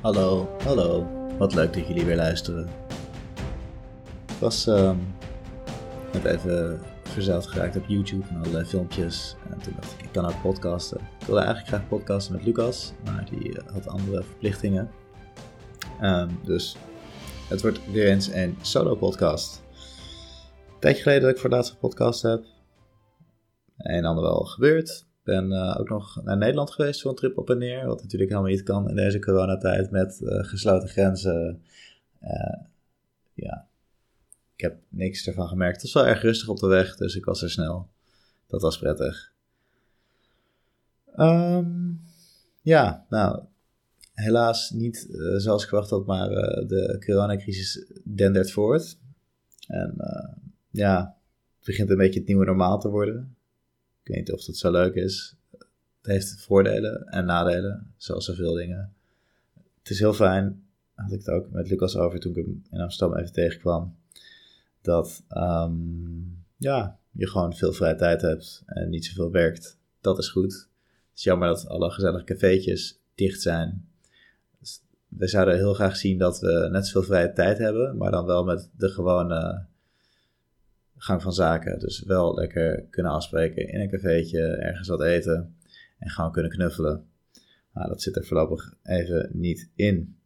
Hallo, hallo. Wat leuk dat jullie weer luisteren. Ik was net even verzeild geraakt op YouTube en allerlei filmpjes. En toen dacht ik kan ook podcasten. Ik wilde eigenlijk graag podcasten met Lucas, maar die had andere verplichtingen. Dus het wordt weer eens een solo podcast. Een tijdje geleden dat ik voor het laatst gepodcast heb. Een en ander wel gebeurd. Ik ben ook nog naar Nederland geweest voor een trip op en neer. Wat natuurlijk helemaal niet kan in deze coronatijd met gesloten grenzen. Ik heb niks ervan gemerkt. Het was wel erg rustig op de weg, dus ik was er snel. Dat was prettig. Helaas niet zoals ik verwacht had, maar de coronacrisis dendert voort. En het begint een beetje het nieuwe normaal te worden. Ik weet niet of dat zo leuk is. Het heeft voordelen en nadelen, zoals zoveel dingen. Het is heel fijn, had ik het ook met Lucas over toen ik hem in Amsterdam even tegenkwam, dat je gewoon veel vrije tijd hebt en niet zoveel werkt. Dat is goed. Het is jammer dat alle gezellige cafeetjes dicht zijn. Dus we zouden heel graag zien dat we net zoveel vrije tijd hebben, maar dan wel met de gewone gang van zaken. Dus wel lekker kunnen afspreken in een cafeetje, ergens wat eten en gewoon kunnen knuffelen. Maar dat zit er voorlopig even niet in.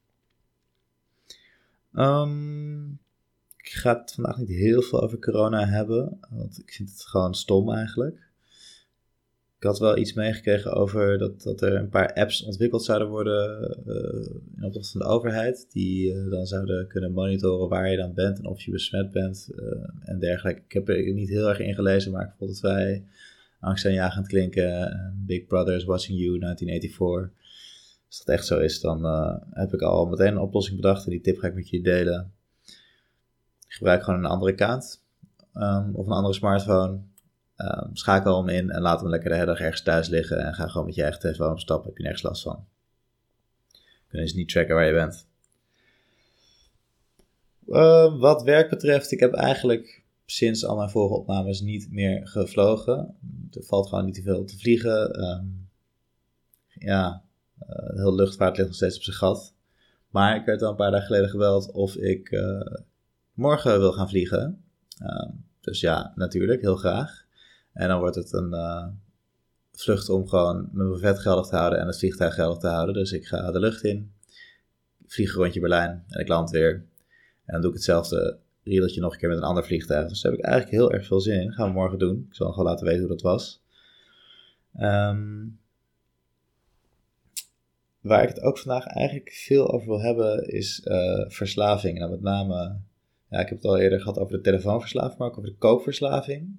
Ik ga het vandaag niet heel veel over corona hebben, want ik vind het gewoon stom eigenlijk. Ik had wel iets meegekregen over dat er een paar apps ontwikkeld zouden worden in opdracht van de overheid, die dan zouden kunnen monitoren waar je dan bent en of je besmet bent en dergelijke. Ik heb er niet heel erg in gelezen, maar ik vond het vrij angstaanjagend klinken. Big Brother is watching you, 1984. Als dat echt zo is, dan heb ik al meteen een oplossing bedacht en die tip ga ik met je delen. Gebruik gewoon een andere account of een andere smartphone. Schakel hem in en laat hem lekker de hele dag ergens thuis liggen en ga gewoon met je eigen telefoon op stap. Heb je nergens last van. Kunnen ze niet tracken waar je bent. Wat werk betreft, ik heb eigenlijk sinds al mijn vorige opnames niet meer gevlogen. Er valt gewoon niet te veel te vliegen. De hele luchtvaart ligt nog steeds op zijn gat. Maar ik werd al een paar dagen geleden gebeld of ik morgen wil gaan vliegen. Dus ja, natuurlijk, heel graag. En dan wordt het een vlucht om gewoon mijn buffet geldig te houden en het vliegtuig geldig te houden. Dus ik ga de lucht in, vlieg een rondje Berlijn en ik land weer. En dan doe ik hetzelfde riedeltje nog een keer met een ander vliegtuig. Dus daar heb ik eigenlijk heel erg veel zin in. Dat gaan we morgen doen. Ik zal nog wel laten weten hoe dat was. Waar ik het ook vandaag eigenlijk veel over wil hebben is verslaving. Nou, met name, ik heb het al eerder gehad over de telefoonverslaving, maar ook over de koopverslaving.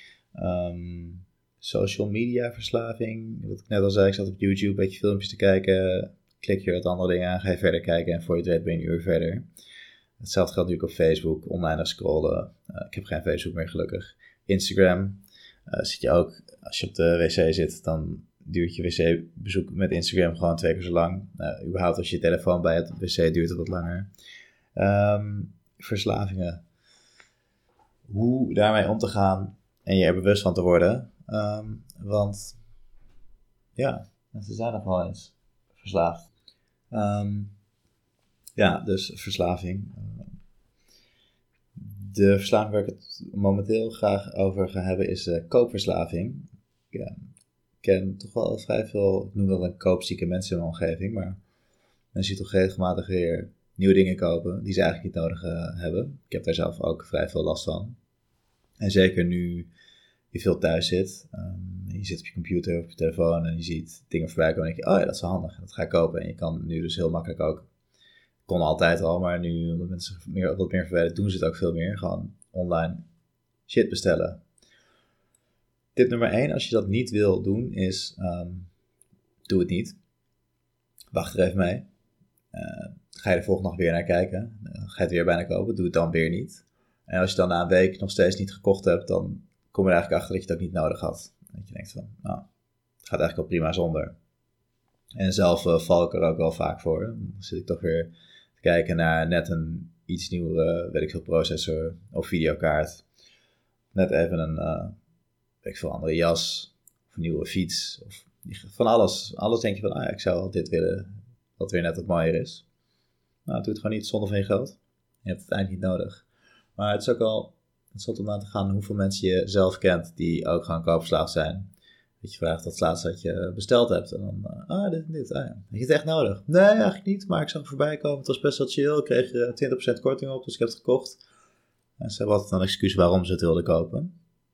Social media verslaving. Wat ik net al zei, ik zat op YouTube een beetje filmpjes te kijken. Klik je wat andere dingen aan, ga je verder kijken en voor je het weet ben je een uur verder. Hetzelfde geldt natuurlijk op Facebook, online scrollen. Ik heb geen Facebook meer gelukkig. Instagram zit je ook, als je op de wc zit, dan duurt je wc-bezoek met Instagram gewoon 2 keer zo lang. Überhaupt als je je telefoon bij het wc duurt het wat langer. Verslavingen. Hoe daarmee om te gaan en je er bewust van te worden. Want mensen zijn nog wel eens verslaafd. Dus verslaving. De verslaving waar ik het momenteel graag over ga hebben is koopverslaving. Ik ken toch wel vrij veel, ik noem dat een koopzieke mensen in mijn omgeving, maar mensen die toch regelmatig weer nieuwe dingen kopen die ze eigenlijk niet nodig hebben. Ik heb daar zelf ook vrij veel last van. En zeker nu je veel thuis zit, je zit op je computer of op je telefoon en je ziet dingen voorbij komen en denk je, oh ja, dat is wel handig, dat ga ik kopen. En je kan nu dus heel makkelijk ook, kon altijd al, maar nu omdat mensen wat meer verwijderen, doen ze het ook veel meer. Gewoon online shit bestellen. Tip nummer 1, als je dat niet wil doen, is doe het niet. Wacht er even mee. Ga je de volgende dag weer naar kijken. Ga je het weer bijna kopen, doe het dan weer niet. En als je dan na een week nog steeds niet gekocht hebt, dan kom je er eigenlijk achter dat je het ook niet nodig had. Dat je denkt van, nou, het gaat eigenlijk wel prima zonder. En zelf val ik er ook wel vaak voor. Dan zit ik toch weer te kijken naar net een iets nieuwere, weet ik veel, processor of videokaart. Net even een, weet ik veel, andere jas of een nieuwe fiets. Of van alles. Alles denk je van, ik zou wel dit willen. Wat weer net wat mooier is. Nou, doe het gewoon niet zonder van je geld. Je hebt het eigenlijk niet nodig. Maar het is ook wel interessant om na te gaan hoeveel mensen je zelf kent die ook gewoon koopverslaafd zijn. Dat je vraagt wat laatst dat je besteld hebt. En dan, dit en dit. Ja. Heb je het echt nodig? Nee, eigenlijk niet. Maar ik zag het voorbij komen. Het was best wel chill. Ik kreeg 20% korting op, dus ik heb het gekocht. En ze hebben altijd een excuus waarom ze het wilden kopen.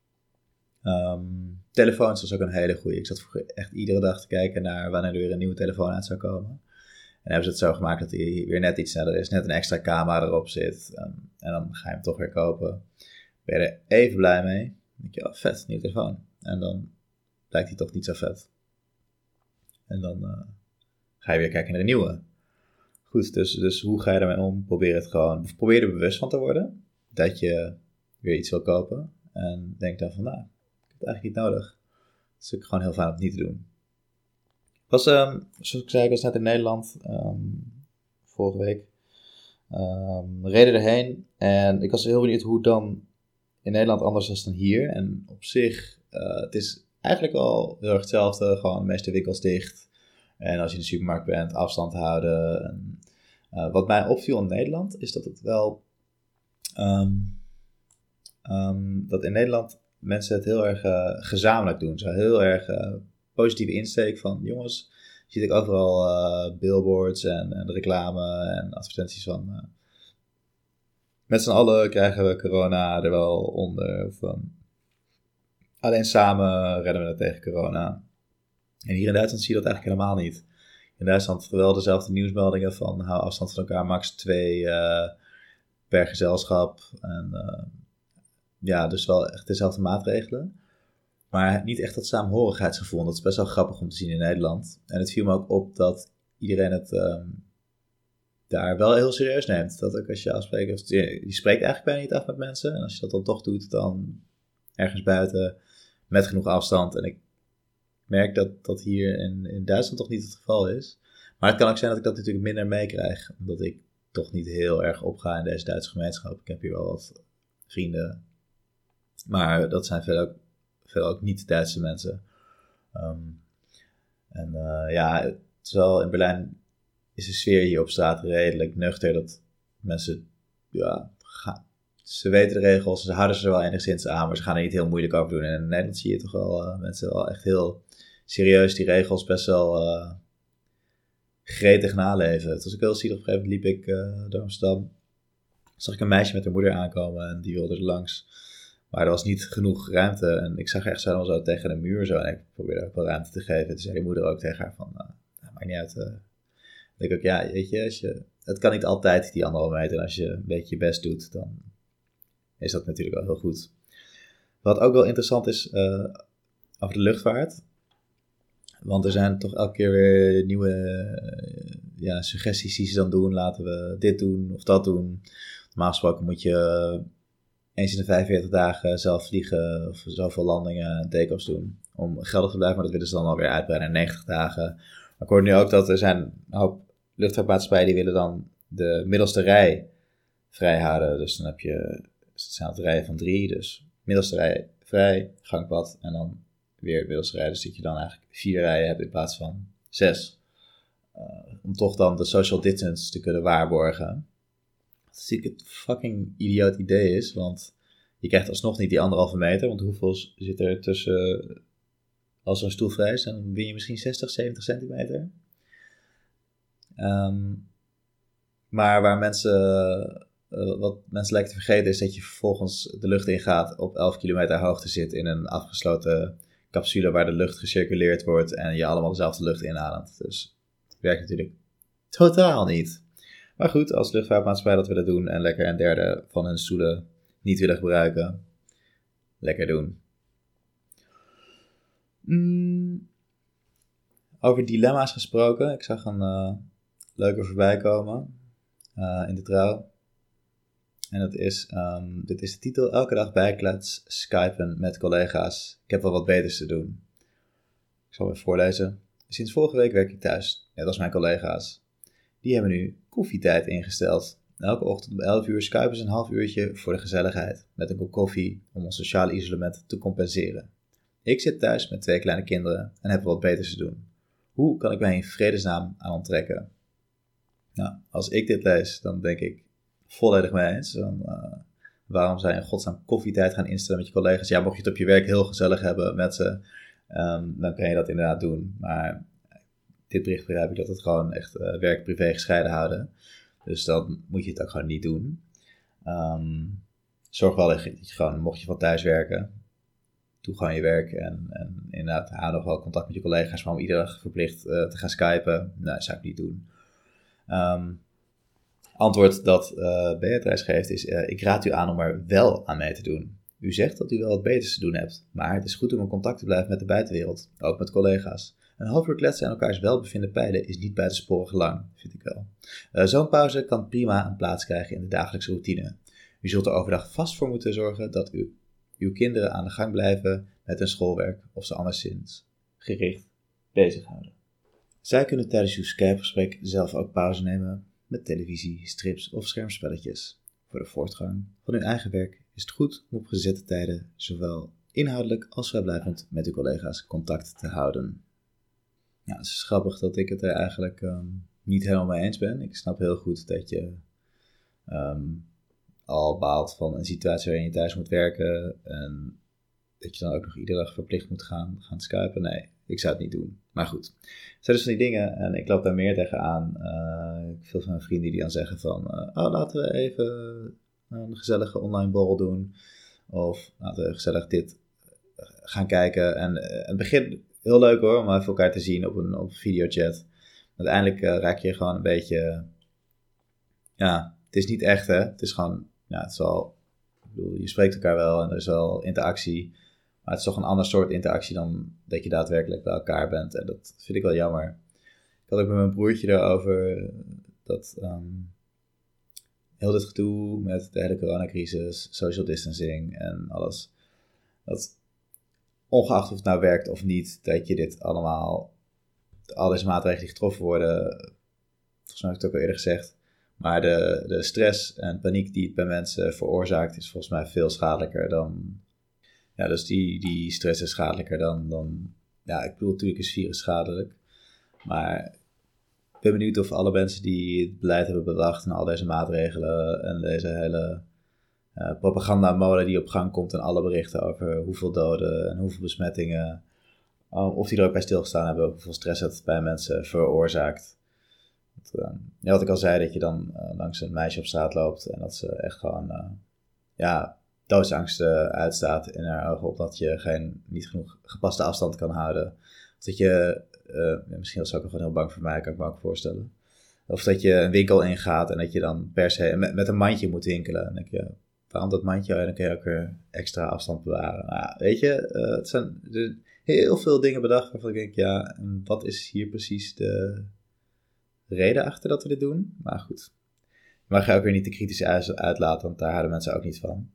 Telefoons was ook een hele goeie. Ik zat vroeger echt iedere dag te kijken naar wanneer er weer een nieuwe telefoon uit zou komen. En hebben ze het zo gemaakt dat hij weer net iets sneller is. Net een extra camera erop zit. En dan ga je hem toch weer kopen. Ben je er even blij mee. Dan denk je, vet, nieuwe telefoon. En dan lijkt hij toch niet zo vet. En dan ga je weer kijken naar een nieuwe. Goed, dus hoe ga je ermee om? Probeer er bewust van te worden. Dat je weer iets wil kopen. En denk dan van, ik heb het eigenlijk niet nodig. Dus ik gewoon heel fijn om het niet te doen. Zoals ik zei, ik was net in Nederland. Vorige week. We reden erheen. En ik was heel benieuwd hoe het dan in Nederland anders was dan hier. En op zich, het is eigenlijk al heel erg hetzelfde. Gewoon de meeste winkels dicht. En als je in de supermarkt bent, afstand houden. En, wat mij opviel in Nederland, is dat het wel... dat in Nederland mensen het heel erg gezamenlijk doen. Zo heel erg positieve insteek van... Jongens, je ziet ook overal billboards en reclame en advertenties van... met z'n allen krijgen we corona er wel onder. Of, alleen samen redden we het tegen corona. En hier in Duitsland zie je dat eigenlijk helemaal niet. In Duitsland wel dezelfde nieuwsmeldingen van hou afstand van elkaar, max 2 per gezelschap. En dus wel echt dezelfde maatregelen. Maar niet echt dat saamhorigheidsgevoel. Dat is best wel grappig om te zien in Nederland. En het viel me ook op dat iedereen het daar wel heel serieus neemt. Dat ook als je afspreekt, je spreekt eigenlijk bijna niet af met mensen. En als je dat dan toch doet, dan ergens buiten met genoeg afstand. En ik merk dat dat hier in Duitsland toch niet het geval is. Maar het kan ook zijn dat ik dat natuurlijk minder meekrijg. Omdat ik toch niet heel erg opga in deze Duitse gemeenschap. Ik heb hier wel wat vrienden. Maar dat zijn veel ook niet-Duitse mensen. Terwijl in Berlijn is de sfeer hier op straat redelijk nuchter. Dat mensen, ze weten de regels, ze houden ze er wel enigszins aan, maar ze gaan er niet heel moeilijk over doen. En in Nederland zie je toch wel mensen wel echt heel serieus die regels best wel gretig naleven. Het was ook heel zielig. Op een gegeven moment liep ik door Amsterdam. Zag ik een meisje met haar moeder aankomen en die wilde er langs. Maar er was niet genoeg ruimte en ik zag echt zo tegen de muur zo. En ik probeerde ook wel ruimte te geven. Toen zei die moeder ook tegen haar van, maakt niet uit. Dan denk ik ook, weet je, het kan niet altijd die 1,5 meter. En als je een beetje je best doet, dan is dat natuurlijk wel heel goed. Wat ook wel interessant is over de luchtvaart. Want er zijn toch elke keer weer nieuwe suggesties die ze dan doen. Laten we dit doen of dat doen. Normaal gesproken moet je eens in de 45 dagen zelf vliegen of zoveel landingen en take-offs doen om geldig te blijven. Maar dat willen ze dan alweer uitbreiden naar 90 dagen. Maar ik hoor nu ook dat er zijn een hoop luchtvaartmaatschappijen die willen dan de middelste rij vrij houden. Dus dan het zijn het rijen van 3, dus middelste rij vrij, gangpad en dan weer middelste rij. Dus dat je dan eigenlijk 4 rijen hebt in plaats van 6. Om toch dan de social distance te kunnen waarborgen. Dat natuurlijk het fucking idioot idee is, want je krijgt alsnog niet die 1,5 meter, want hoeveel zit er tussen, als er een stoel vrij is, dan win je misschien 60, 70 centimeter. Maar wat mensen lijken te vergeten is dat je vervolgens de lucht ingaat, op 11 kilometer hoogte zit in een afgesloten capsule waar de lucht gecirculeerd wordt en je allemaal dezelfde lucht inademt. Dus het werkt natuurlijk totaal niet. Maar goed, als luchtvaartmaatschappij dat willen doen en lekker een derde van hun stoelen niet willen gebruiken, lekker doen. Over dilemma's gesproken, ik zag een leuke voorbij komen in de Trouw. En dat is, dit is de titel, elke dag bijklets, skypen met collega's. Ik heb wel wat beters te doen. Ik zal even voorlezen. Sinds vorige week werk ik thuis, net als mijn collega's. Die hebben nu koffietijd ingesteld. Elke ochtend om 11 uur skypen ze een half uurtje voor de gezelligheid, met een kop koffie om ons sociale isolement te compenseren. Ik zit thuis met 2 kleine kinderen en heb wat beters te doen. Hoe kan ik mij in vredesnaam aan onttrekken? Nou, als ik dit lees, dan denk ik volledig mee eens. Waarom zou je in godsnaam koffietijd gaan instellen met je collega's? Ja, mocht je het op je werk heel gezellig hebben met ze, dan kan je dat inderdaad doen. Maar dit bericht begrijp ik dat het gewoon echt werk-privé gescheiden houden. Dus dan moet je het ook gewoon niet doen. Zorg wel dat je gewoon, mocht je van thuis werken, doe gewoon je werk en inderdaad hou nog wel contact met je collega's, maar om iedere dag verplicht te gaan skypen, nou, zou ik niet doen. Antwoord dat Beatrice geeft is, ik raad u aan om er wel aan mee te doen. U zegt dat u wel wat beters te doen hebt, maar het is goed om in contact te blijven met de buitenwereld, ook met collega's. Een half uur kletsen en elkaars welbevinden peilen is niet buitensporig lang, vind ik wel. Zo'n pauze kan prima een plaats krijgen in de dagelijkse routine. U zult er overdag vast voor moeten zorgen dat uw kinderen aan de gang blijven met hun schoolwerk of ze anderszins gericht bezighouden. Zij kunnen tijdens uw Skype-gesprek zelf ook pauze nemen met televisie, strips of schermspelletjes. Voor de voortgang van uw eigen werk is het goed om op gezette tijden zowel inhoudelijk als vrijblijvend met uw collega's contact te houden. Ja, het is grappig dat ik het er eigenlijk niet helemaal mee eens ben. Ik snap heel goed dat je al baalt van een situatie waarin je thuis moet werken en dat je dan ook nog iedere dag verplicht moet gaan skypen. Nee, ik zou het niet doen. Maar goed, het zijn dus van die dingen en ik loop daar meer tegenaan. Ik heb veel van mijn vrienden die dan zeggen van, laten we even een gezellige online borrel doen. Of laten we gezellig dit gaan kijken. En het begint heel leuk hoor, om even elkaar te zien op een videochat. Uiteindelijk raak je gewoon een beetje, ja, het is niet echt hè. Het is gewoon, ja, het is wel, ik bedoel, je spreekt elkaar wel en er is wel interactie. Maar het is toch een ander soort interactie dan dat je daadwerkelijk bij elkaar bent. En dat vind ik wel jammer. Ik had ook met mijn broertje erover dat heel dit gedoe met de hele coronacrisis, social distancing en alles. Dat ongeacht of het nou werkt of niet, dat je dit allemaal, al deze maatregelen die getroffen worden, volgens mij heb ik het ook al eerder gezegd, maar de stress en paniek die het bij mensen veroorzaakt is volgens mij veel schadelijker dan, ja, dus die stress is schadelijker dan, ja, ik bedoel natuurlijk is virus schadelijk, maar ik ben benieuwd of alle mensen die het beleid hebben bedacht en al deze maatregelen en deze hele propagandamode die op gang komt en alle berichten over hoeveel doden en hoeveel besmettingen, of die er ook bij stilgestaan hebben, hoeveel stress het bij mensen veroorzaakt. Wat ik al zei, dat je dan langs een meisje op straat loopt en dat ze echt gewoon, doodsangst uitstaat in haar ogen, omdat je niet genoeg gepaste afstand kan houden. Of dat je, misschien was ze ook gewoon heel bang voor mij, kan ik me ook voorstellen. Of dat je een winkel ingaat en dat je dan per se met een mandje moet winkelen. En dan denk je, waarom dat mandje? En dan kun je ook weer extra afstand bewaren. Nou, weet je, het zijn heel veel dingen bedacht waarvan ik denk, ja, en wat is hier precies de reden achter dat we dit doen? Maar goed, je mag je ook weer niet te kritisch uitlaten, want daar houden mensen ook niet van.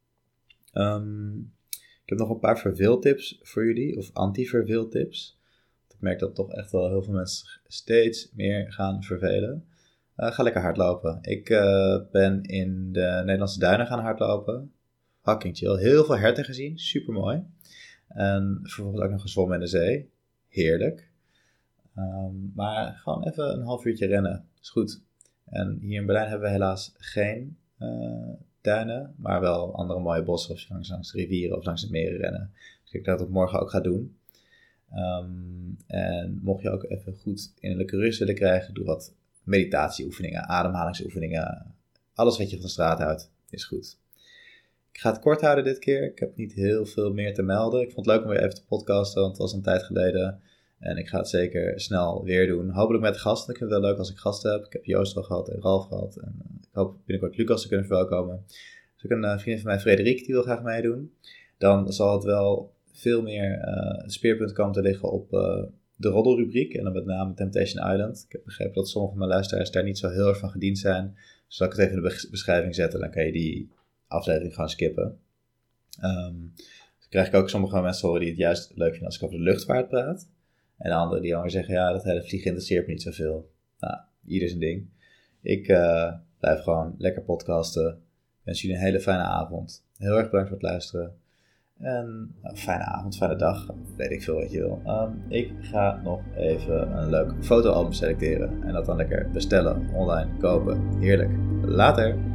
Ik heb nog een paar verveeltips voor jullie, of anti-verveeltips. Ik merk dat toch echt wel heel veel mensen steeds meer gaan vervelen. Ga lekker hardlopen. Ik ben in de Nederlandse duinen gaan hardlopen. Fucking chill. Heel veel herten gezien. Super mooi. En vervolgens ook nog gezwommen in de zee. Heerlijk. Maar gewoon even een half uurtje rennen. Is goed. En hier in Berlijn hebben we helaas geen duinen. Maar wel andere mooie bossen. Of je langs de rivieren of langs de meren rennen. Dus ik denk dat ik dat morgen ook ga doen. En mocht je ook even goed innerlijke rust willen krijgen, doe wat meditatieoefeningen, ademhalingsoefeningen. Alles wat je van de straat houdt, is goed. Ik ga het kort houden dit keer. Ik heb niet heel veel meer te melden. Ik vond het leuk om weer even te podcasten, want het was een tijd geleden. En ik ga het zeker snel weer doen. Hopelijk met gasten. Ik vind het wel leuk als ik gasten heb. Ik heb Joost al gehad en Ralf gehad. En ik hoop binnenkort Lucas te kunnen verwelkomen. Dus ook een vriendin van mij, Frederik, die wil graag meedoen. Dan zal het wel veel meer speerpunt komen te liggen op de roddelrubriek. En dan met name Temptation Island. Ik heb begrepen dat sommige van mijn luisteraars daar niet zo heel erg van gediend zijn. Dus zal ik het even in de beschrijving zetten. Dan kan je die aflevering gewoon skippen. Dan krijg ik ook sommige mensen horen die het juist leuk vinden als ik over de luchtvaart praat. En de anderen die dan weer zeggen, ja, dat hele vliegen interesseert me niet zoveel. Nou, ieder zijn ding. Ik blijf gewoon lekker podcasten. Ik wens jullie een hele fijne avond. Heel erg bedankt voor het luisteren. En fijne avond, fijne dag, weet ik veel wat je wil. Ik ga nog even een leuk fotoalbum selecteren en dat dan lekker bestellen, online kopen. Heerlijk. Later!